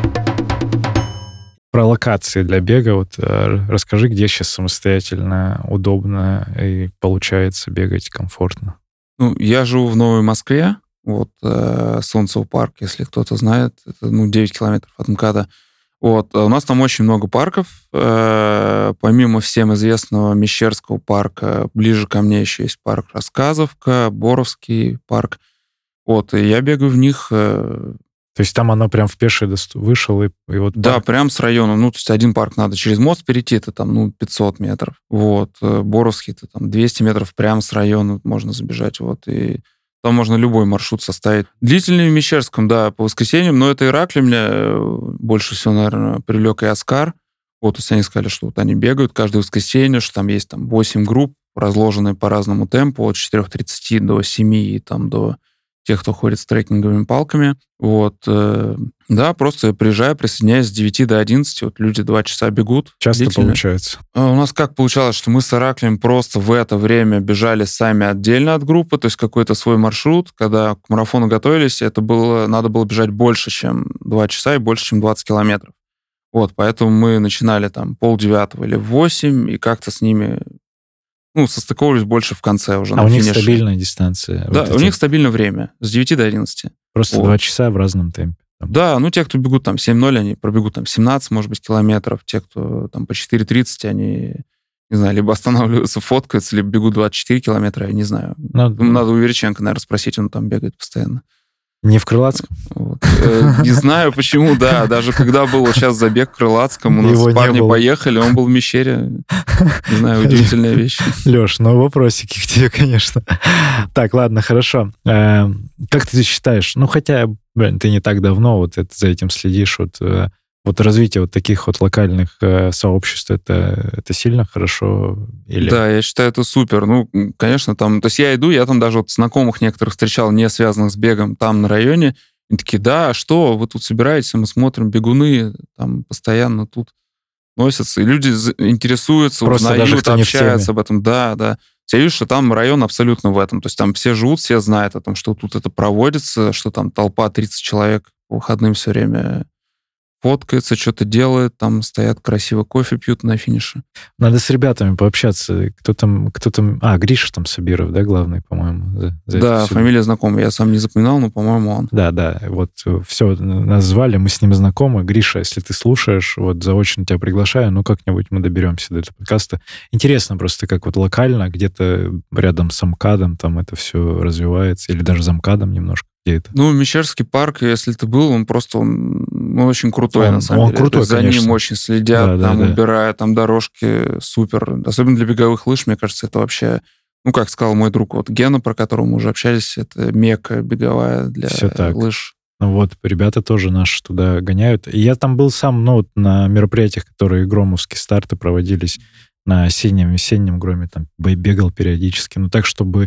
Про локации для бега. Вот расскажи, где сейчас самостоятельно, удобно и получается бегать комфортно. Я живу в Новой Москве. Вот Солнцево парк, если кто-то знает. Это 9 километров от МКАДа. Вот. У нас там очень много парков. Помимо всем известного Мещерского парка, ближе ко мне еще есть парк Рассказовка, Боровский парк. Вот. И я бегаю в них. То есть там оно прям в пешее вышел и вот... Да, прям с района. То есть один парк надо через мост перейти, это там 500 метров. Вот. Боровский, это там 200 метров прям с района можно забежать. Вот. И там можно любой маршрут составить. Длительный в Мещерском, да, по воскресеньям, но это Ираклий меня больше всего, наверное, привлек и Оскар. Вот, то есть они сказали, что вот они бегают каждое воскресенье, что там есть 8 групп, разложенные по разному темпу, от 4:30 до 7 и там до тех, кто ходит с трекинговыми палками. Вот. Да, просто приезжаю, присоединяюсь с 9 до 11, вот люди 2 часа бегут. Часто получается? У нас как получалось, что мы с Ираклием просто в это время бежали сами отдельно от группы, то есть какой-то свой маршрут. Когда к марафону готовились, надо было бежать больше, чем 2 часа и больше, чем 20 километров. Вот, поэтому мы начинали там 8:30 или в 8, и как-то с ними... состыковывались больше в конце уже. А у них стабильная дистанция? Да, у них стабильное время, с 9 до 11. Просто 2 часа в разном темпе. Да, те, кто бегут там 7:0, они пробегут там 17, может быть, километров. Те, кто там по 4:30, они, не знаю, либо останавливаются, фоткаются, либо бегут 24 километра, я не знаю. Надо у Вериченко, наверное, спросить, он там бегает постоянно. Не в Крылатском? Не знаю, почему, да. Даже когда был сейчас забег в Крылатском, у нас парни поехали, он был в Мещере. Не знаю, удивительная вещь. Леш, вопросики к тебе, конечно. Так, ладно, хорошо. Как ты считаешь, хотя, ты не так давно за этим следишь, развитие таких локальных сообществ, это сильно хорошо? Или... Да, я считаю, это супер. Конечно, там... То есть я иду, я там даже знакомых некоторых встречал, не связанных с бегом, там на районе. Они такие, да, а что, вы тут собираетесь? Мы смотрим, бегуны там постоянно тут носятся. И люди интересуются, просто узнают, даже общаются об этом. Да. Я вижу, что там район абсолютно в этом. То есть там все живут, все знают о том, что тут это проводится, что там толпа 30 человек по выходным все время фоткается, что-то делает, там стоят красиво, кофе пьют на финише. Надо с ребятами пообщаться. Кто там... Гриша там Сабиров, да, главный, по-моему? Да, фамилия знакомая. Я сам не запоминал, но, по-моему, он. Да. Все, нас звали, мы с ним знакомы. Гриша, если ты слушаешь, заочно тебя приглашаю, как-нибудь мы доберемся до этого подкаста. Интересно просто, как локально, где-то рядом с МКАДом там это все развивается, или даже за МКАДом немножко. Где это? Мещерский парк, если ты был, он очень крутой, на самом деле. Крутой, за конечно. ним очень следят, убирают, там дорожки супер. Особенно для беговых лыж, мне кажется, это вообще... как сказал мой друг, Гена, про которого мы уже общались, это мекка беговая для лыж. Ребята тоже наши туда гоняют. И я там был сам, на мероприятиях, которые громовские старты проводились на осеннем, весеннем громе, там бегал периодически. Так, чтобы...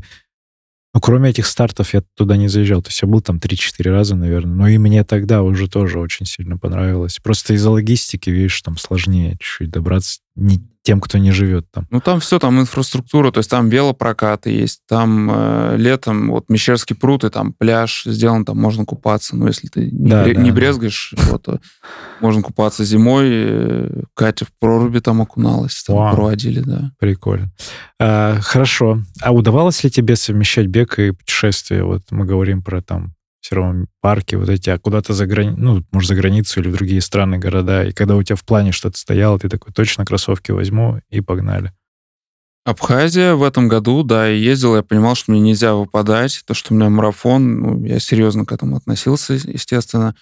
кроме этих стартов я туда не заезжал. То есть я был там 3-4 раза, наверное. И мне тогда уже тоже очень сильно понравилось. Просто из-за логистики, видишь, там сложнее чуть-чуть добраться не тем, кто не живет там. Там все, там инфраструктура, то есть там велопрокаты есть, там летом Мещерский пруд, и там пляж сделан, там можно купаться. Если ты не брезгаешь, то можно купаться зимой. Катя в проруби там окуналась, там проводили, да. Прикольно. Хорошо. А удавалось ли тебе совмещать бег и путешествия? Мы говорим про все равно парки эти, куда-то за границу, может, за границу или в другие страны, города. И когда у тебя в плане что-то стояло, ты такой, точно кроссовки возьму, и погнали. Абхазия в этом году, да, и ездил, я понимал, что мне нельзя выпадать, то, что у меня марафон, я серьезно к этому относился, естественно.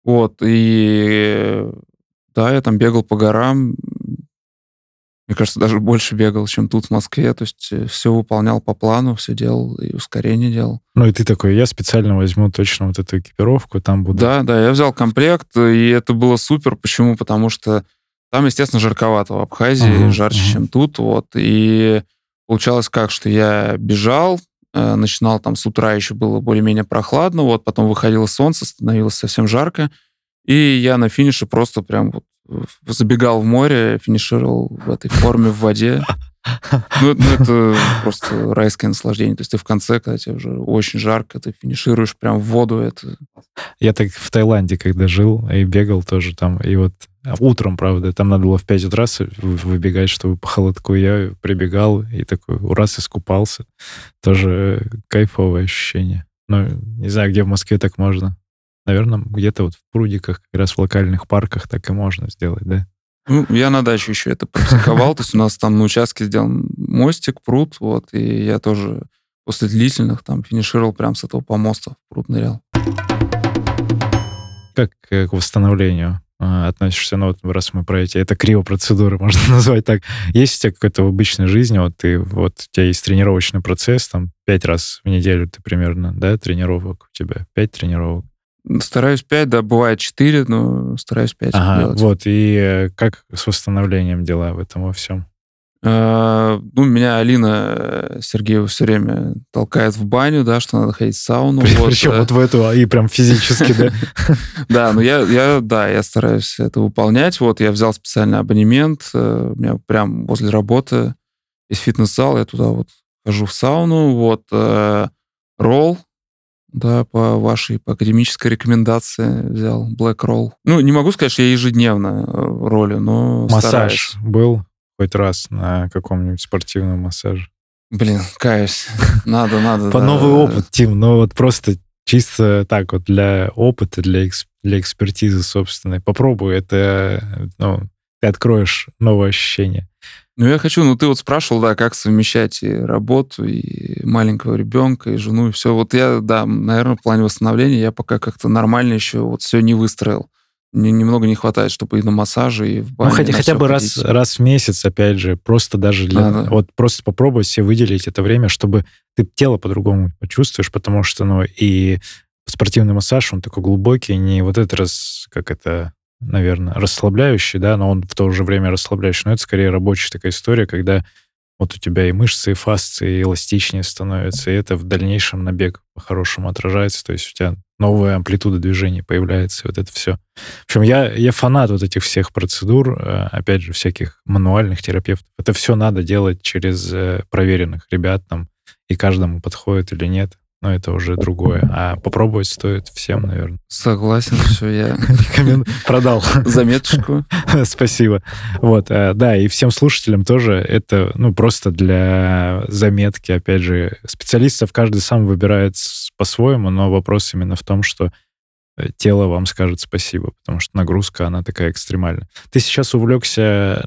И да, я там бегал по горам, мне кажется, даже больше бегал, чем тут в Москве. То есть все выполнял по плану, все делал, и ускорение делал. И ты такой, я специально возьму точно эту экипировку, там буду... Да, я взял комплект, и это было супер. Почему? Потому что там, естественно, жарковато в Абхазии, жарче, чем тут. И получалось как, что я бежал, начинал там с утра, еще было более-менее прохладно, потом выходило солнце, становилось совсем жарко, и я на финише просто прям забегал в море, финишировал в этой форме в воде. Это просто райское наслаждение. То есть ты в конце, когда тебе уже очень жарко, ты финишируешь прям в воду. Я так в Таиланде, когда жил, и бегал тоже там. И утром, правда, там надо было в 5 утра выбегать, чтобы по холодку. Я прибегал и такой раз искупался. Тоже кайфовое ощущение. Не знаю, где в Москве так можно. Наверное, где-то в прудиках, как раз в локальных парках так и можно сделать, да? Я на даче еще это практиковал. То есть у нас там на участке сделан мостик, пруд, и я тоже после длительных там финишировал прям с этого помоста, в пруд нырял. Как к восстановлению относишься? Раз мы про это криопроцедуры, можно назвать так. Есть у тебя какой-то в обычной жизни, у тебя есть тренировочный процесс, 5 раз в неделю ты примерно, да, тренировок у тебя, 5 тренировок? Стараюсь 5, да, бывает 4, но стараюсь 5 делать. И как с восстановлением дела в этом во всем? Меня Алина Сергеева все время толкает в баню, да, что надо ходить в сауну. Причем в эту, и прям физически, да? Да, но я стараюсь это выполнять. Я взял специальный абонемент, у меня прям возле работы есть фитнес-зал, я туда хожу в сауну, ролл, да, по академической рекомендации взял Black Roll. Не могу сказать, что я ежедневно роллю, но стараюсь. Массаж был хоть раз на каком-нибудь спортивном массаже? Блин, каюсь. Надо. По новый опыт, Тим, просто чисто так для опыта, для экспертизы собственной. Попробуй, это, ты откроешь новое ощущение. Я хочу, ты вот спрашивал, да, как совмещать и работу, и маленького ребенка, и жену, и все. Вот я, да, наверное, в плане восстановления я пока как-то нормально еще вот все не выстроил. Мне немного не хватает, чтобы и на массаже, и в бане. Хотя бы раз в месяц, опять же, просто даже вот просто попробовать себе выделить это время, чтобы ты тело по-другому почувствуешь, потому что, и спортивный массаж, он такой глубокий, не вот это наверное, расслабляющий, да, но он в то же время расслабляющий. Но это скорее рабочая такая история, когда вот у тебя и мышцы, и фасции эластичнее становятся, и это в дальнейшем на бег по-хорошему отражается, то есть у тебя новая амплитуда движений появляется, и вот это все. В общем, я фанат вот этих всех процедур, опять же, всяких мануальных терапевтов. Это все надо делать через проверенных ребят там, и каждому подходит или нет. Но это уже другое. А попробовать стоит всем, наверное. Согласен, все, я продал заметочку. Спасибо. Вот, да, и всем слушателям тоже это, просто для заметки, опять же, специалистов каждый сам выбирает по-своему, но вопрос именно в том, что тело вам скажет спасибо, потому что нагрузка, она такая экстремальная. Ты сейчас увлекся,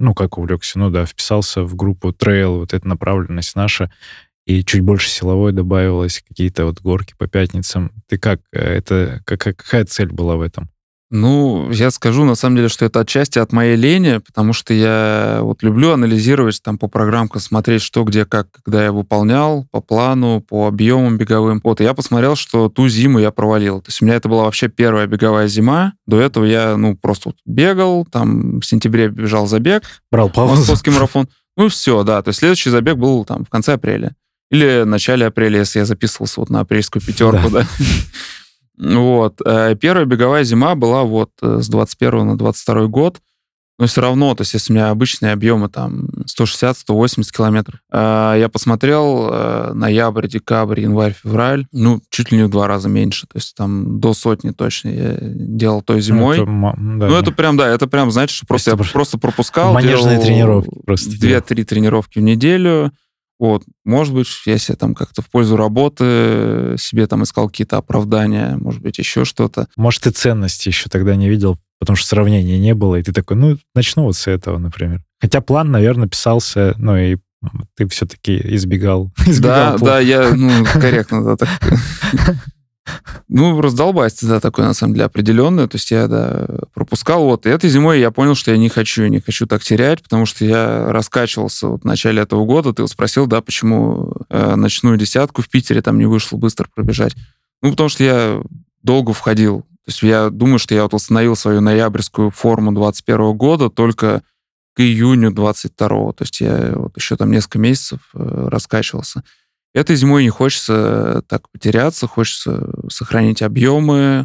вписался в группу трейл, вот эта направленность наша, и чуть больше силовой добавилось, какие-то вот горки по пятницам. Ты как? Какая цель была в этом? Я скажу, на самом деле, что это отчасти от моей лени, потому что я вот люблю анализировать, там по программкам смотреть, что, где, как, когда я выполнял, по плану, по объемам беговым. Вот, и я посмотрел, что ту зиму я провалил. То есть у меня это была вообще первая беговая зима. До этого я, просто бегал, там в сентябре бежал забег. Брал паузу. Московский марафон. Все, да. То есть следующий забег был там в конце апреля. Или в начале апреля, если я записывался вот на апрельскую пятерку, да. Вот. Первая беговая зима была вот с 21 на 22 год. Но все равно, то есть если у меня обычные объемы там 160-180 километров, я посмотрел ноябрь, декабрь, январь, февраль, чуть ли не в 2 раза меньше. То есть там до 100 точно я делал той зимой. Это прям, знаете, что я просто пропускал. Манежные тренировки просто. 2-3 тренировки в неделю. Вот, может быть, я себе там как-то в пользу работы себе там искал какие-то оправдания, может быть, еще что-то. Может, ты ценности еще тогда не видел, потому что сравнения не было, и ты такой, начну вот с этого, например. Хотя план, наверное, писался, и ты все-таки избегал. Да, я, корректно, да, так. Раздолбайство, да, такое, на самом деле, определенное. То есть я, да, пропускал. Вот. И этой зимой я понял, что я не хочу так терять, потому что я раскачивался в начале этого года. Ты вот спросил, да, почему ночную десятку в Питере там не вышло быстро пробежать. Потому что я долго входил. То есть я думаю, что я вот восстановил свою ноябрьскую форму 21 года только к июню 22-го. То есть я вот еще там несколько месяцев раскачивался. Этой зимой не хочется так потеряться, хочется сохранить объемы.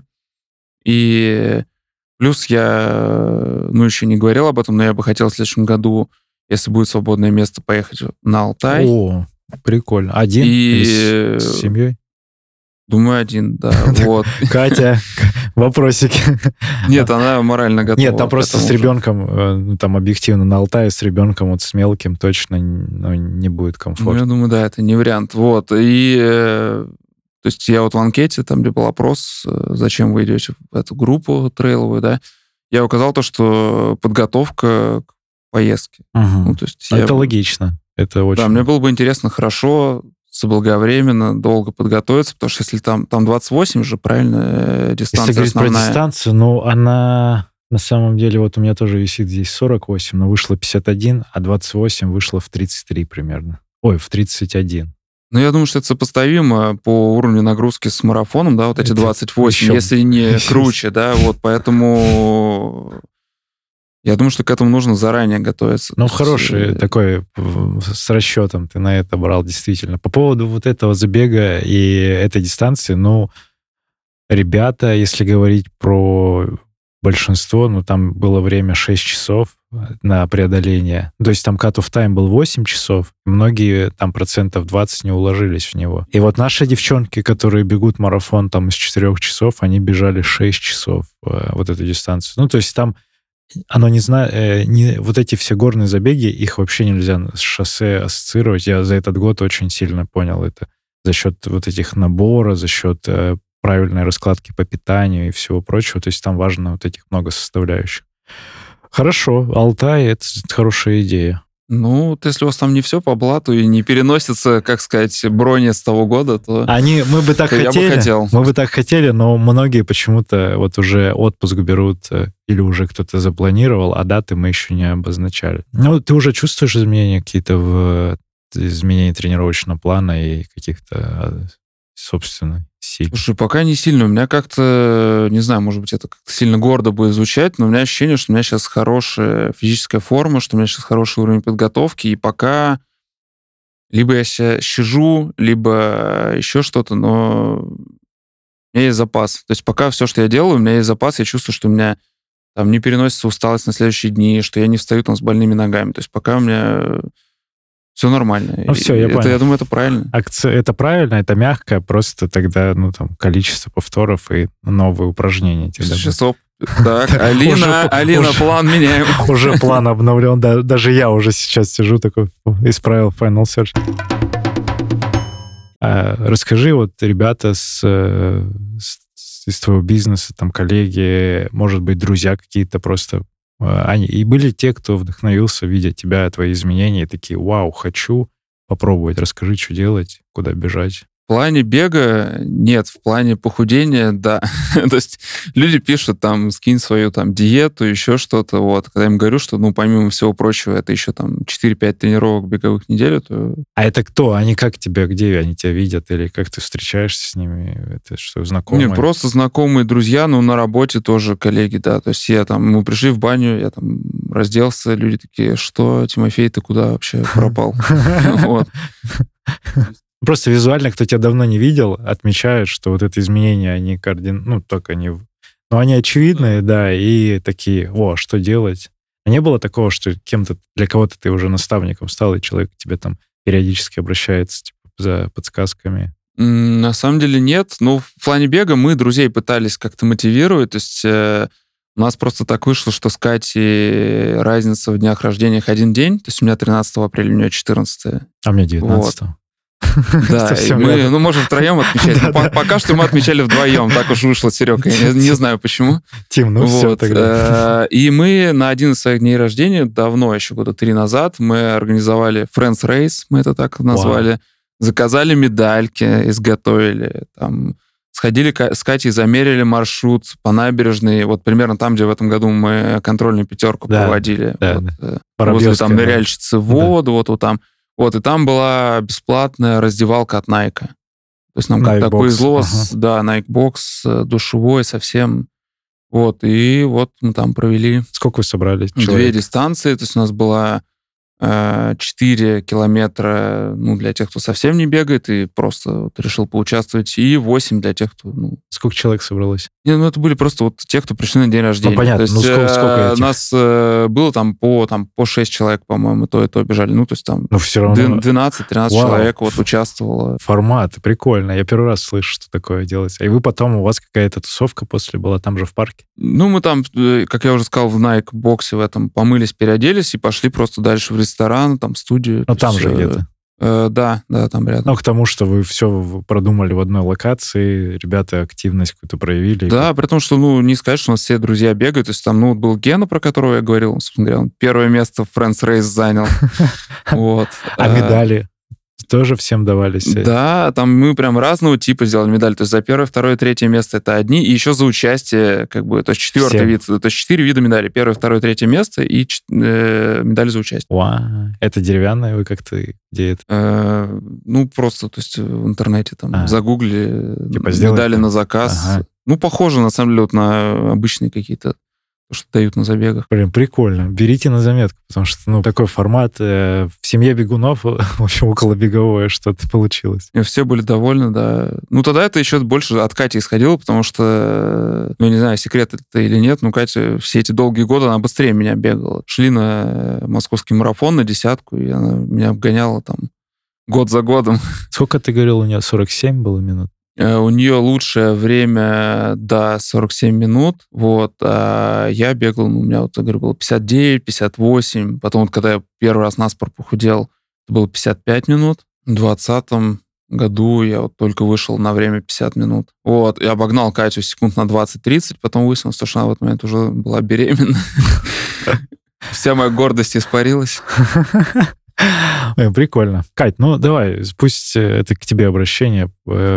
И плюс я, еще не говорил об этом, но я бы хотел в следующем году, если будет свободное место, поехать на Алтай. О, прикольно. Один или с семьей? Думаю, один, да. Вот. Катя, вопросики. Нет, она морально готова. Нет, там просто с ребенком, там объективно на Алтае с ребенком, вот с мелким точно не будет комфортно. Я думаю, да, это не вариант. Вот. И то есть я вот в анкете, там где был опрос, зачем вы идете в эту группу трейловую, да, я указал то, что подготовка к поездке. Угу. То есть это логично. Это очень... Да, мне было бы интересно хорошо, заблаговременно, долго подготовиться, потому что если там 28 же, правильно, дистанция если основная. Про дистанцию, она на самом деле, вот у меня тоже висит здесь 48, но вышло 51, а 28 вышло в 33 примерно. Ой, в 31. Я думаю, что это сопоставимо по уровню нагрузки с марафоном, да, вот эти 28, если не круче, да, вот, поэтому... Я думаю, что к этому нужно заранее готовиться. Хороший такой, с расчетом ты на это брал, действительно. По поводу вот этого забега и этой дистанции, ребята, если говорить про большинство, там было время 6 часов на преодоление. То есть там cut-off time был 8 часов, многие там 20% не уложились в него. И вот наши девчонки, которые бегут марафон там из 4 часов, они бежали 6 часов вот эту дистанцию. То есть там оно вот эти все горные забеги, их вообще нельзя с шоссе ассоциировать. Я за этот год очень сильно понял это. За счет вот этих набора, за счет правильной раскладки по питанию и всего прочего. То есть там важно вот этих много составляющих. Хорошо, Алтай — это хорошая идея. Ну, вот если у вас там не все по блату и не переносится, как сказать, брони с того года, то Мы бы так я бы хотели, хотел. мы бы так хотели, но многие почему-то вот уже отпуск берут или уже кто-то запланировал, а даты мы еще не обозначали. Ну, ты уже чувствуешь изменения какие-то в изменении тренировочного плана и каких-то собственной силы? Слушай, пока не сильно. У меня как-то, не знаю, может быть, это как-то сильно гордо будет звучать, но у меня ощущение, что у меня сейчас хорошая физическая форма, что у меня сейчас хороший уровень подготовки, и пока либо я сижу, либо еще что-то, но у меня есть запас. То есть пока все, что я делаю, у меня есть запас, я чувствую, что у меня там не переносится усталость на следующие дни, что я не встаю там с больными ногами. То есть пока у меня все нормально. Ну, все, я понял. Я думаю, это правильно. Это правильно, это мягко, просто тогда, количество повторов и новые упражнения тебе дадут. Сейчас так, Алина, план меняем. Уже план обновлен, да, даже я уже сейчас сижу такой, исправил Final Search. Расскажи, вот ребята из твоего бизнеса, там коллеги, может быть, друзья какие-то просто, и были те, кто вдохновился, видя тебя, твои изменения, и такие, вау, хочу попробовать, расскажи, что делать, куда бежать. В плане бега нет, в плане похудения, да. То есть люди пишут там, скинь свою там диету, еще что-то. Вот. Когда я им говорю, что, помимо всего прочего, это еще там 4-5 тренировок беговых в неделю, то... А это кто? Они как тебя, где они тебя видят? Или как ты встречаешься с ними? Это что, знакомые? Нет, просто знакомые, друзья, на работе тоже коллеги, да. То есть мы пришли в баню, я там разделся, люди такие, что, Тимофей, ты куда вообще пропал? Вот. Просто визуально, кто тебя давно не видел, отмечают, что вот это изменения, они они очевидные, да, и такие, что делать? А не было такого, что для кого-то ты уже наставником стал, и человек к тебе там периодически обращается за подсказками? На самом деле нет. В плане бега мы друзей пытались как-то мотивировать, то есть у нас просто так вышло, что с Катей разница в днях рождения один день, то есть у меня 13 апреля, у нее 14. А мне 19. Вот. Да, и мы можем втроем отмечать. Пока что мы отмечали вдвоем, так уж вышло, Серега. Я не знаю, почему. Тим, все тогда. И мы на один из своих дней рождения, давно, еще года 3 назад, мы организовали Friends Race, мы это так назвали. Заказали медальки, изготовили. Там, сходили с Катей, замерили маршрут по набережной. Вот примерно там, где в этом году мы контрольную 5 проводили. Возле там ныряльщицы в воду, вот там. Вот, и там была бесплатная раздевалка от Nike. То есть нам как-то повезло, да, Nike Box, душевой совсем. Вот, и вот мы там провели... Сколько вы собрали человек? 2 дистанции, то есть у нас была 4 километра, для тех, кто совсем не бегает и просто решил поучаствовать, и 8 для тех, кто... Сколько человек собралось? Это были просто те, кто пришли на день рождения. Понятно, то есть, сколько этих? У нас было там по 6 человек, по-моему, то бежали. То есть там все равно... 12-13 человек участвовало. Формат, прикольно. Я первый раз слышу, что такое делается. И вы потом, у вас какая-то тусовка после была там же в парке? Мы там, как я уже сказал, в Nike боксе в этом помылись, переоделись и пошли просто дальше в ресторан, там, студию. Там же где-то? Да, там рядом. К тому, что вы все продумали в одной локации, ребята активность какую-то проявили. Да, при том, что, не сказать, что у нас все друзья бегают. То есть там, вот был Гена, про которого я говорил, он, собственно говоря, он первое место в Friends Race занял. Вот. А медали? Тоже всем давались? Да, там мы прям разного типа сделали медали. То есть за 1, 2, 3 место это одни, и еще за участие, то есть 4 вид. То есть 4 вида медалей. 1, 2, 3 место и медали за участие. Вау. Это деревянные вы как-то? Где это? Просто, то есть в интернете там загугли медали на заказ. Ага. Похоже, на самом деле, на обычные какие-то, что дают на забегах. Блин, прикольно. Берите на заметку, потому что, такой формат в семье бегунов, в общем, околобеговое что-то получилось. И все были довольны, да. Тогда это еще больше от Кати исходило, потому что, я не знаю, секрет это или нет, но Катя все эти долгие годы, она быстрее меня бегала. Шли на московский марафон, на 10, и она меня обгоняла там год за годом. Сколько ты говорил, у нее 47 было минут? У нее лучшее время, 47 минут. Вот. А я бегал, у меня, я говорю, было 59, 58. Потом, когда я первый раз наспор похудел, это было 55 минут. В 2020 году я только вышел на время 50 минут. Вот. Я обогнал Катю секунд на 20-30, потом выяснилось, что она в этот момент уже была беременна. Вся моя гордость испарилась. Прикольно. Кать, ну давай, пусть это к тебе обращение.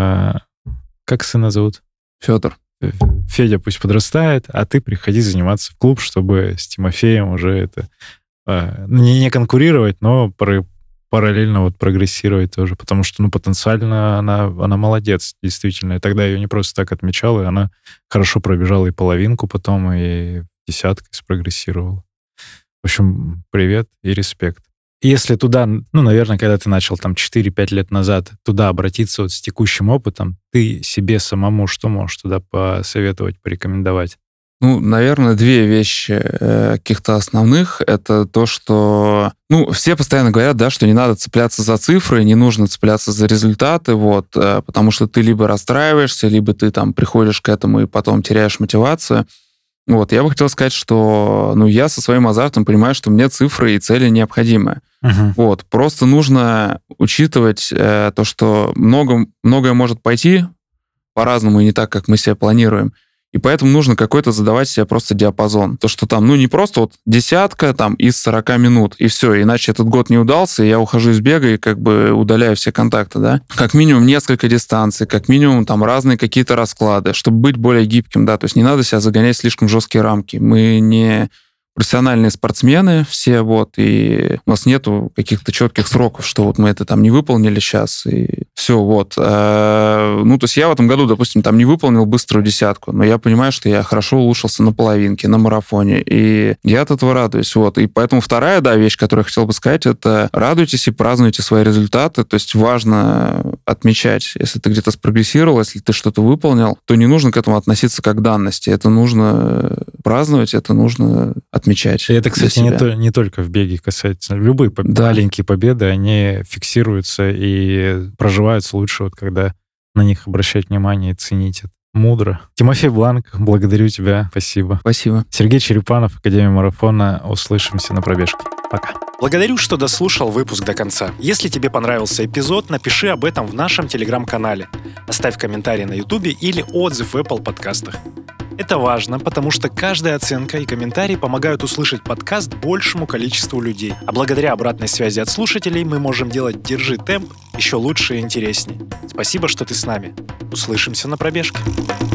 Как сына зовут? Федор. Федя пусть подрастает, а ты приходи заниматься в клуб, чтобы с Тимофеем уже это не конкурировать, но параллельно вот прогрессировать тоже, потому что, ну, потенциально она молодец, действительно. И тогда ее не просто так отмечал, и она хорошо пробежала и половинку потом, и десяткой спрогрессировала. В общем, привет и респект. И если туда, ну, наверное, когда ты начал там 4-5 лет назад туда обратиться вот с текущим опытом, ты себе самому что можешь туда посоветовать, порекомендовать? Ну, наверное, две вещи каких-то основных. Это то, что... Ну, все постоянно говорят, да, что не надо цепляться за цифры, не нужно цепляться за результаты, вот, потому что ты либо расстраиваешься, либо ты там приходишь к этому и потом теряешь мотивацию. Вот, я бы хотел сказать, что, ну, я со своим азартом понимаю, что мне цифры и цели необходимы. Вот, просто нужно учитывать то, что многое может пойти по-разному и не так, как мы себе планируем. И поэтому нужно какой-то задавать себе просто диапазон. То, что там, ну, не просто вот десятка там из 40 минут, и все, иначе этот год не удался, и я ухожу из бега и как бы удаляю все контакты, да. Как минимум несколько дистанций, как минимум там разные какие-то расклады, чтобы быть более гибким, да, то есть не надо себя загонять в слишком жесткие рамки. Мы не профессиональные спортсмены все, вот, и у нас нету каких-то четких сроков, что вот мы это там не выполнили сейчас, и все, вот. Ну, то есть я в этом году, допустим, там не выполнил быструю десятку, но я понимаю, что я хорошо улучшился на половинке, на марафоне, и я от этого радуюсь, вот. И поэтому вторая, да, вещь, которую я хотел бы сказать, это радуйтесь и празднуйте свои результаты, то есть важно отмечать, если ты где-то спрогрессировал, если ты что-то выполнил, то не нужно к этому относиться как к данности, это нужно праздновать, это нужно отмечать. И это, кстати, не только в беге касается. Любые маленькие победы, они фиксируются и проживаются лучше, вот когда на них обращать внимание и ценить это. Мудро. Тимофей Бланк, благодарю тебя. Спасибо. Спасибо. Сергей Черепанов, Академия марафона. Услышимся на пробежке. Пока. Благодарю, что дослушал выпуск до конца. Если тебе понравился эпизод, напиши об этом в нашем телеграм-канале. Оставь комментарий на Ютубе или отзыв в Apple подкастах. Это важно, потому что каждая оценка и комментарий помогают услышать подкаст большему количеству людей. А благодаря обратной связи от слушателей мы можем делать «Держи темп» еще лучше и интереснее. Спасибо, что ты с нами. Услышимся на пробежке.